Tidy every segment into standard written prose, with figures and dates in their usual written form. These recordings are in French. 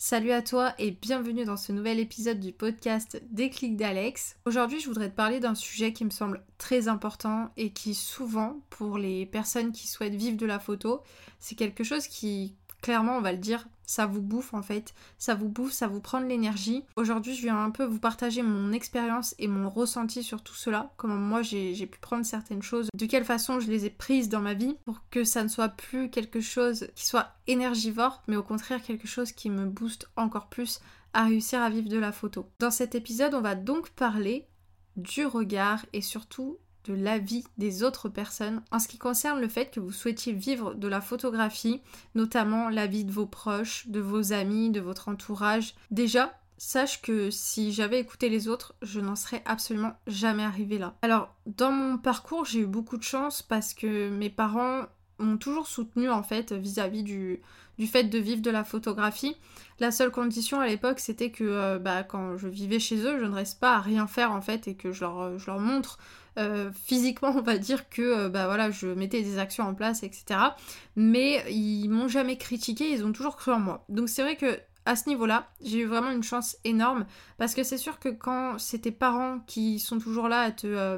Salut à toi et bienvenue dans ce nouvel épisode du podcast Déclic d'Alex. Aujourd'hui, je voudrais te parler d'un sujet qui me semble très important et qui souvent, pour les personnes qui souhaitent vivre de la photo, c'est quelque chose qui, clairement, on va le dire, ça vous bouffe en fait. Ça vous bouffe, ça vous prend de l'énergie. Aujourd'hui, je viens un peu vous partager mon expérience et mon ressenti sur tout cela. Comment moi, j'ai pu prendre certaines choses, de quelle façon je les ai prises dans ma vie pour que ça ne soit plus quelque chose qui soit énergivore, mais au contraire quelque chose qui me booste encore plus à réussir à vivre de la photo. Dans cet épisode, on va donc parler du regard et surtout de l'avis des autres personnes en ce qui concerne le fait que vous souhaitiez vivre de la photographie, notamment l'avis de vos proches, de vos amis, de votre entourage. Déjà, sache que si j'avais écouté les autres, je n'en serais absolument jamais arrivée là. Alors, dans mon parcours, j'ai eu beaucoup de chance parce que mes parents m'ont toujours soutenue en fait vis-à-vis du fait de vivre de la photographie. La seule condition à l'époque, c'était que quand je vivais chez eux, je ne reste pas à rien faire en fait et que je leur montre physiquement, on va dire que je mettais des actions en place, etc. Mais ils m'ont jamais critiqué, ils ont toujours cru en moi. Donc c'est vrai que à ce niveau-là, j'ai eu vraiment une chance énorme parce que c'est sûr que quand c'est tes parents qui sont toujours là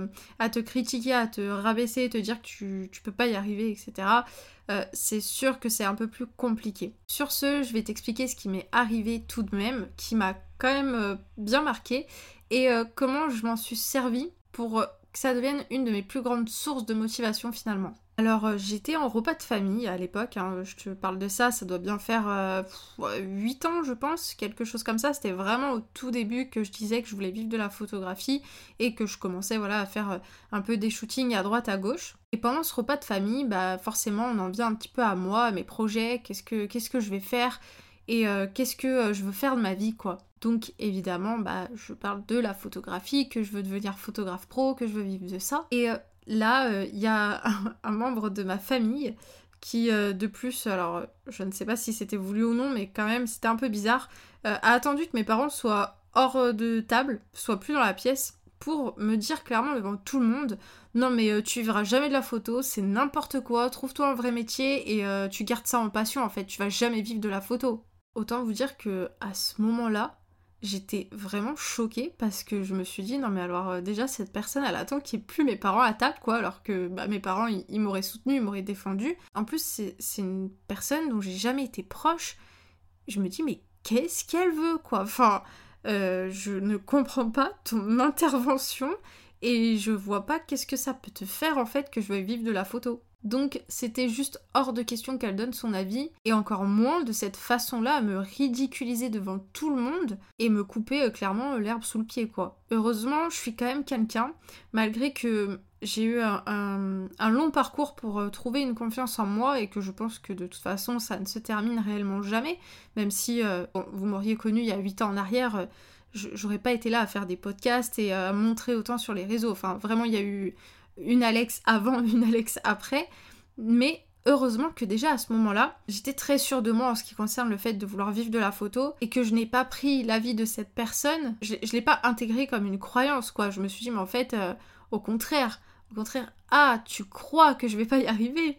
à te critiquer, à te rabaisser, te dire que tu peux pas y arriver, etc., c'est sûr que c'est un peu plus compliqué. Sur ce, je vais t'expliquer ce qui m'est arrivé tout de même, qui m'a quand même bien marqué et comment je m'en suis servie pour que ça devienne une de mes plus grandes sources de motivation finalement. Alors j'étais en repas de famille à l'époque, je te parle de ça, ça doit bien faire 8 ans je pense, quelque chose comme ça. C'était vraiment au tout début que je disais que je voulais vivre de la photographie et que je commençais à faire un peu des shootings à droite à gauche. Et pendant ce repas de famille, forcément on en vient un petit peu à moi, à mes projets, qu'est-ce que je vais faire et qu'est-ce que je veux faire de ma vie quoi. Donc évidemment je parle de la photographie, que je veux devenir photographe pro, que je veux vivre de ça. Et là, il y a un membre de ma famille qui, de plus, alors je ne sais pas si c'était voulu ou non, mais quand même c'était un peu bizarre, a attendu que mes parents soient hors de table, soient plus dans la pièce, pour me dire clairement devant tout le monde « Non mais tu vivras jamais de la photo, c'est n'importe quoi, trouve-toi un vrai métier et tu gardes ça en passion en fait, tu vas jamais vivre de la photo. » Autant vous dire que à ce moment-là, j'étais vraiment choquée parce que je me suis dit non mais alors déjà cette personne elle attend qu'il n'y ait plus mes parents à table quoi alors que mes parents ils m'auraient soutenue, ils m'auraient défendue. En plus c'est une personne dont j'ai jamais été proche. Je me dis mais qu'est-ce qu'elle veut quoi. Enfin je ne comprends pas ton intervention et je vois pas qu'est-ce que ça peut te faire en fait que je veuille vivre de la photo. Donc c'était juste hors de question qu'elle donne son avis, et encore moins de cette façon-là à me ridiculiser devant tout le monde et me couper clairement l'herbe sous le pied quoi. Heureusement, je suis quand même quelqu'un, malgré que j'ai eu un long parcours pour trouver une confiance en moi et que je pense que de toute façon ça ne se termine réellement jamais, même si vous m'auriez connu il y a 8 ans en arrière, j'aurais pas été là à faire des podcasts et à montrer autant sur les réseaux. Enfin vraiment il y a eu une Alex avant, une Alex après, mais heureusement que déjà à ce moment-là, j'étais très sûre de moi en ce qui concerne le fait de vouloir vivre de la photo et que je n'ai pas pris l'avis de cette personne, je l'ai pas intégré comme une croyance quoi, je me suis dit mais en fait au contraire, ah tu crois que je vais pas y arriver,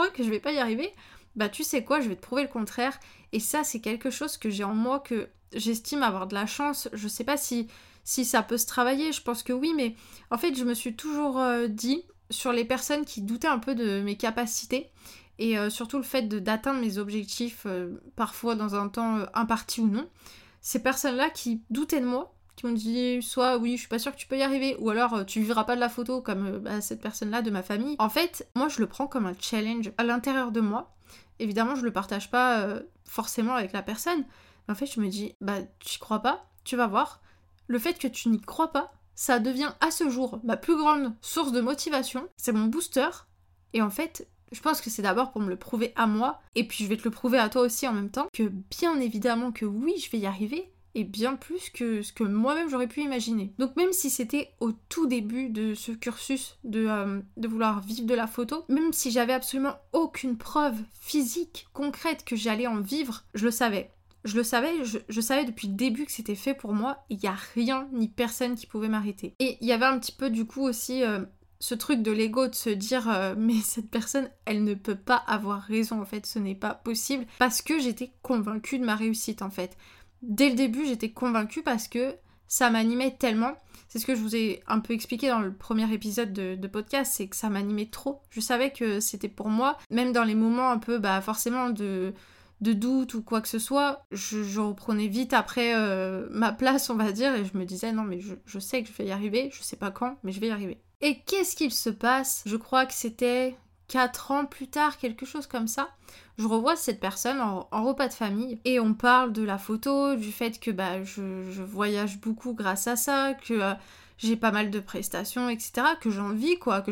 bah tu sais quoi, je vais te prouver le contraire. Et ça c'est quelque chose que j'ai en moi, que j'estime avoir de la chance, je sais pas si ça peut se travailler, je pense que oui, mais en fait je me suis toujours dit sur les personnes qui doutaient un peu de mes capacités et surtout le fait d'atteindre mes objectifs parfois dans un temps imparti ou non, ces personnes-là qui doutaient de moi, qui m'ont dit soit oui je suis pas sûre que tu peux y arriver ou alors tu vivras pas de la photo comme cette personne-là de ma famille. En fait moi je le prends comme un challenge à l'intérieur de moi. Évidemment je le partage pas forcément avec la personne, mais en fait je me dis tu crois pas, tu vas voir. Le fait que tu n'y crois pas, ça devient à ce jour ma plus grande source de motivation, c'est mon booster, et en fait, je pense que c'est d'abord pour me le prouver à moi, et puis je vais te le prouver à toi aussi en même temps, que bien évidemment que oui, je vais y arriver, et bien plus que ce que moi-même j'aurais pu imaginer. Donc même si c'était au tout début de ce cursus de vouloir vivre de la photo, même si j'avais absolument aucune preuve physique, concrète que j'allais en vivre, je le savais. Je savais depuis le début que c'était fait pour moi, il n'y a rien ni personne qui pouvait m'arrêter. Et il y avait un petit peu du coup aussi ce truc de l'ego de se dire mais cette personne, elle ne peut pas avoir raison en fait, ce n'est pas possible, parce que j'étais convaincue de ma réussite en fait. Dès le début, j'étais convaincue parce que ça m'animait tellement. C'est ce que je vous ai un peu expliqué dans le premier épisode de podcast, c'est que ça m'animait trop. Je savais que c'était pour moi, même dans les moments un peu forcément de doute ou quoi que ce soit, je reprenais vite après ma place, on va dire, et je me disais non mais je sais que je vais y arriver, je sais pas quand, mais je vais y arriver. Et qu'est-ce qu'il se passe? Je crois que c'était 4 ans plus tard, quelque chose comme ça. Je revois cette personne en repas de famille et on parle de la photo, du fait que je voyage beaucoup grâce à ça, que j'ai pas mal de prestations, etc. Que j'en vis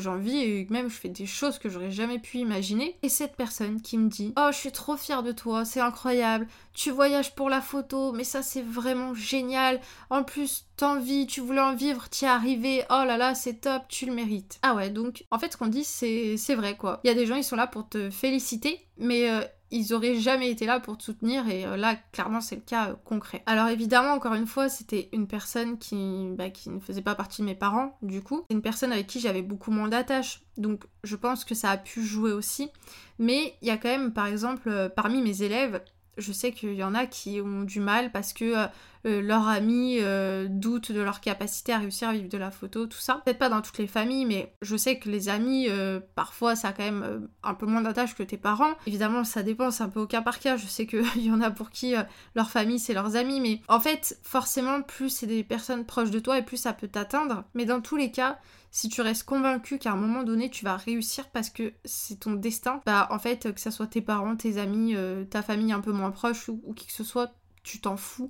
et même je fais des choses que j'aurais jamais pu imaginer. Et cette personne qui me dit « Oh, je suis trop fière de toi, c'est incroyable, tu voyages pour la photo, mais ça c'est vraiment génial, en plus t'envies, tu voulais en vivre, t'y es arrivé, oh là là, c'est top, tu le mérites. » Ah ouais, donc en fait ce qu'on dit c'est vrai quoi. Il y a des gens, ils sont là pour te féliciter, mais ils auraient jamais été là pour te soutenir et là clairement c'est le cas concret. Alors évidemment encore une fois c'était une personne qui ne faisait pas partie de mes parents du coup. C'est une personne avec qui j'avais beaucoup moins d'attache, donc je pense que ça a pu jouer aussi. Mais il y a quand même par exemple parmi mes élèves, je sais qu'il y en a qui ont du mal parce que leurs amis doutent de leur capacité à réussir à vivre de la photo, tout ça. Peut-être pas dans toutes les familles, mais je sais que les amis, parfois, ça a quand même un peu moins d'attache que tes parents. Évidemment, ça dépend, c'est un peu au cas par cas. Je sais qu'il y en a pour qui leur famille, c'est leurs amis, mais en fait, forcément, plus c'est des personnes proches de toi et plus ça peut t'atteindre. Mais dans tous les cas, si tu restes convaincu qu'à un moment donné tu vas réussir parce que c'est ton destin, en fait que ça soit tes parents, tes amis, ta famille un peu moins proche ou qui que ce soit, tu t'en fous,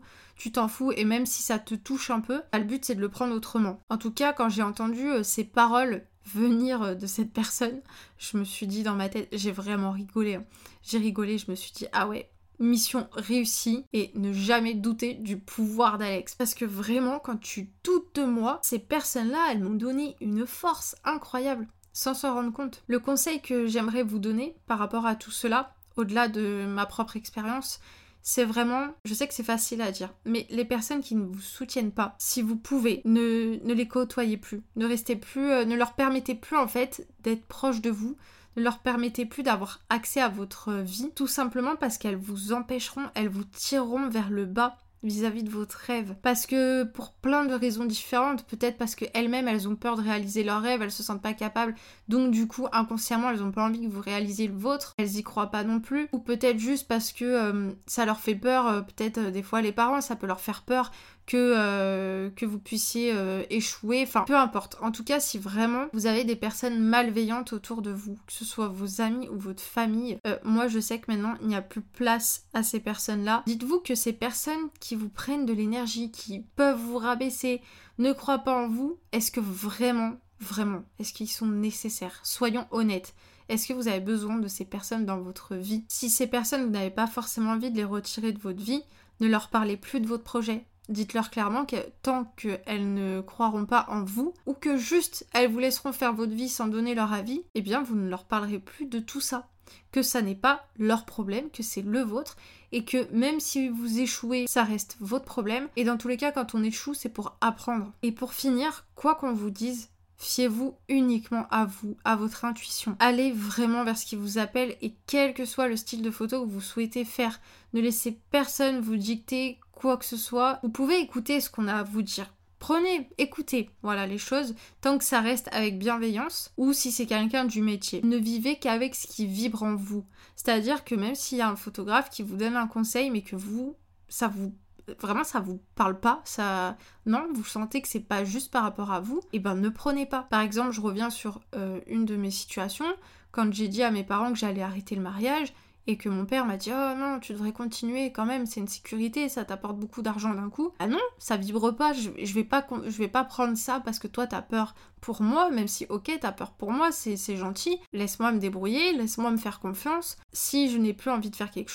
et même si ça te touche un peu, le but c'est de le prendre autrement. En tout cas, quand j'ai entendu ces paroles venir de cette personne, je me suis dit dans ma tête, j'ai vraiment rigolé. J'ai rigolé, je me suis dit ah ouais, mission réussie et ne jamais douter du pouvoir d'Alex. Parce que vraiment, quand tu doutes de moi, ces personnes-là, elles m'ont donné une force incroyable, sans s'en rendre compte. Le conseil que j'aimerais vous donner par rapport à tout cela, au-delà de ma propre expérience, c'est vraiment, je sais que c'est facile à dire, mais les personnes qui ne vous soutiennent pas, si vous pouvez, ne les côtoyez plus, ne leur permettez plus en fait d'être proche de vous, ne leur permettez plus d'avoir accès à votre vie, tout simplement parce qu'elles vous empêcheront, elles vous tireront vers le bas vis-à-vis de votre rêve. Parce que pour plein de raisons différentes, peut-être parce qu'elles-mêmes, elles ont peur de réaliser leurs rêves, elles se sentent pas capables, donc du coup, inconsciemment, elles ont pas envie que vous réalisiez le vôtre, elles y croient pas non plus, ou peut-être juste parce que ça leur fait peur, peut-être des fois les parents, ça peut leur faire peur que vous puissiez échouer, enfin peu importe. En tout cas, si vraiment vous avez des personnes malveillantes autour de vous, que ce soit vos amis ou votre famille, moi je sais que maintenant il n'y a plus place à ces personnes-là. Dites-vous que ces personnes qui vous prennent de l'énergie, qui peuvent vous rabaisser, ne croient pas en vous, est-ce que vraiment, est-ce qu'ils sont nécessaires? Soyons honnêtes. Est-ce que vous avez besoin de ces personnes dans votre vie? Si ces personnes, vous n'avez pas forcément envie de les retirer de votre vie, ne leur parlez plus de votre projet. Dites-leur clairement que tant qu'elles ne croiront pas en vous, ou que juste elles vous laisseront faire votre vie sans donner leur avis, eh bien vous ne leur parlerez plus de tout ça. Que ça n'est pas leur problème, que c'est le vôtre, et que même si vous échouez, ça reste votre problème. Et dans tous les cas, quand on échoue, c'est pour apprendre. Et pour finir, quoi qu'on vous dise, fiez-vous uniquement à vous, à votre intuition. Allez vraiment vers ce qui vous appelle et quel que soit le style de photo que vous souhaitez faire, ne laissez personne vous dicter quoi que ce soit. Vous pouvez écouter ce qu'on a à vous dire. Prenez, écoutez, voilà les choses, tant que ça reste avec bienveillance, ou si c'est quelqu'un du métier. Ne vivez qu'avec ce qui vibre en vous. C'est-à-dire que même s'il y a un photographe qui vous donne un conseil, mais que ça vous parle pas, non, vous sentez que c'est pas juste par rapport à vous, et ne prenez pas. Par exemple, je reviens sur une de mes situations, quand j'ai dit à mes parents que j'allais arrêter le mariage, et que mon père m'a dit « Oh non, tu devrais continuer quand même, c'est une sécurité, ça t'apporte beaucoup d'argent d'un coup. » Ah non, ça vibre pas, je vais pas prendre ça parce que toi t'as peur pour moi, même si ok, t'as peur pour moi, c'est gentil, laisse-moi me débrouiller, laisse-moi me faire confiance. Si je n'ai plus envie de faire quelque chose,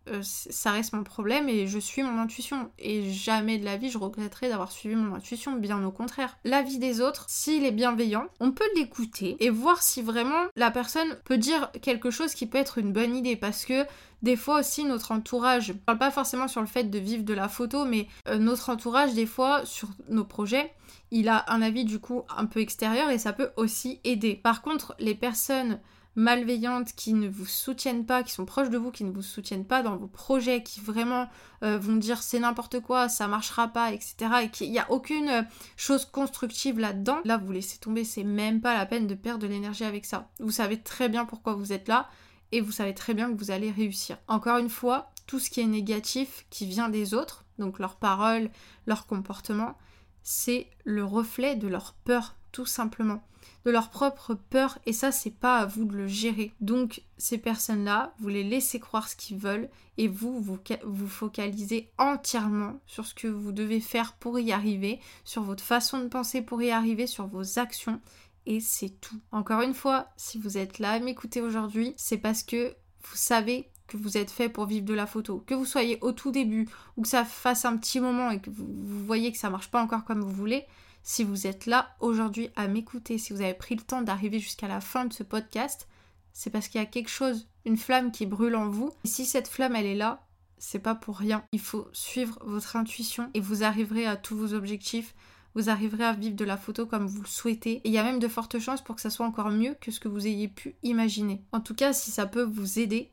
ça reste mon problème et je suis mon intuition. Et jamais de la vie je regretterai d'avoir suivi mon intuition, bien au contraire. L'avis des autres, s'il est bienveillant, on peut l'écouter et voir si vraiment la personne peut dire quelque chose qui peut être une bonne idée, parce que des fois aussi notre entourage, je parle pas forcément sur le fait de vivre de la photo, mais notre entourage des fois sur nos projets, il a un avis du coup un peu extérieur et ça peut aussi aider. Par contre, les personnes malveillantes qui ne vous soutiennent pas, qui sont proches de vous, qui ne vous soutiennent pas dans vos projets, qui vraiment vont dire c'est n'importe quoi, ça marchera pas, etc. et qu'il n'y a aucune chose constructive là-dedans, là vous laissez tomber, c'est même pas la peine de perdre de l'énergie avec ça. Vous savez très bien pourquoi vous êtes là et vous savez très bien que vous allez réussir. Encore une fois, tout ce qui est négatif qui vient des autres, donc leurs paroles, leur comportement, c'est le reflet de leur peur, tout simplement. De leur propre peur, et ça, c'est pas à vous de le gérer. Donc, ces personnes-là, vous les laissez croire ce qu'ils veulent, et vous focalisez entièrement sur ce que vous devez faire pour y arriver, sur votre façon de penser pour y arriver, sur vos actions, et c'est tout. Encore une fois, si vous êtes là à m'écouter aujourd'hui, c'est parce que vous savez que vous êtes fait pour vivre de la photo. Que vous soyez au tout début ou que ça fasse un petit moment et que vous voyez que ça marche pas encore comme vous voulez, si vous êtes là aujourd'hui à m'écouter, si vous avez pris le temps d'arriver jusqu'à la fin de ce podcast, c'est parce qu'il y a quelque chose, une flamme qui brûle en vous. Et si cette flamme, elle est là, c'est pas pour rien. Il faut suivre votre intuition et vous arriverez à tous vos objectifs. Vous arriverez à vivre de la photo comme vous le souhaitez. Et il y a même de fortes chances pour que ça soit encore mieux que ce que vous ayez pu imaginer. En tout cas, si ça peut vous aider,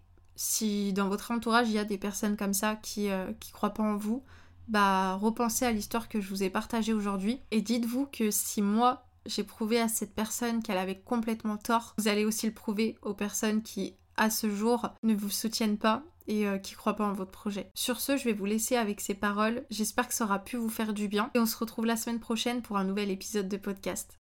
si dans votre entourage il y a des personnes comme ça qui croient pas en vous, bah repensez à l'histoire que je vous ai partagée aujourd'hui et dites-vous que si moi j'ai prouvé à cette personne qu'elle avait complètement tort, vous allez aussi le prouver aux personnes qui à ce jour ne vous soutiennent pas et qui croient pas en votre projet. Sur ce, je vais vous laisser avec ces paroles. J'espère que ça aura pu vous faire du bien et on se retrouve la semaine prochaine pour un nouvel épisode de podcast.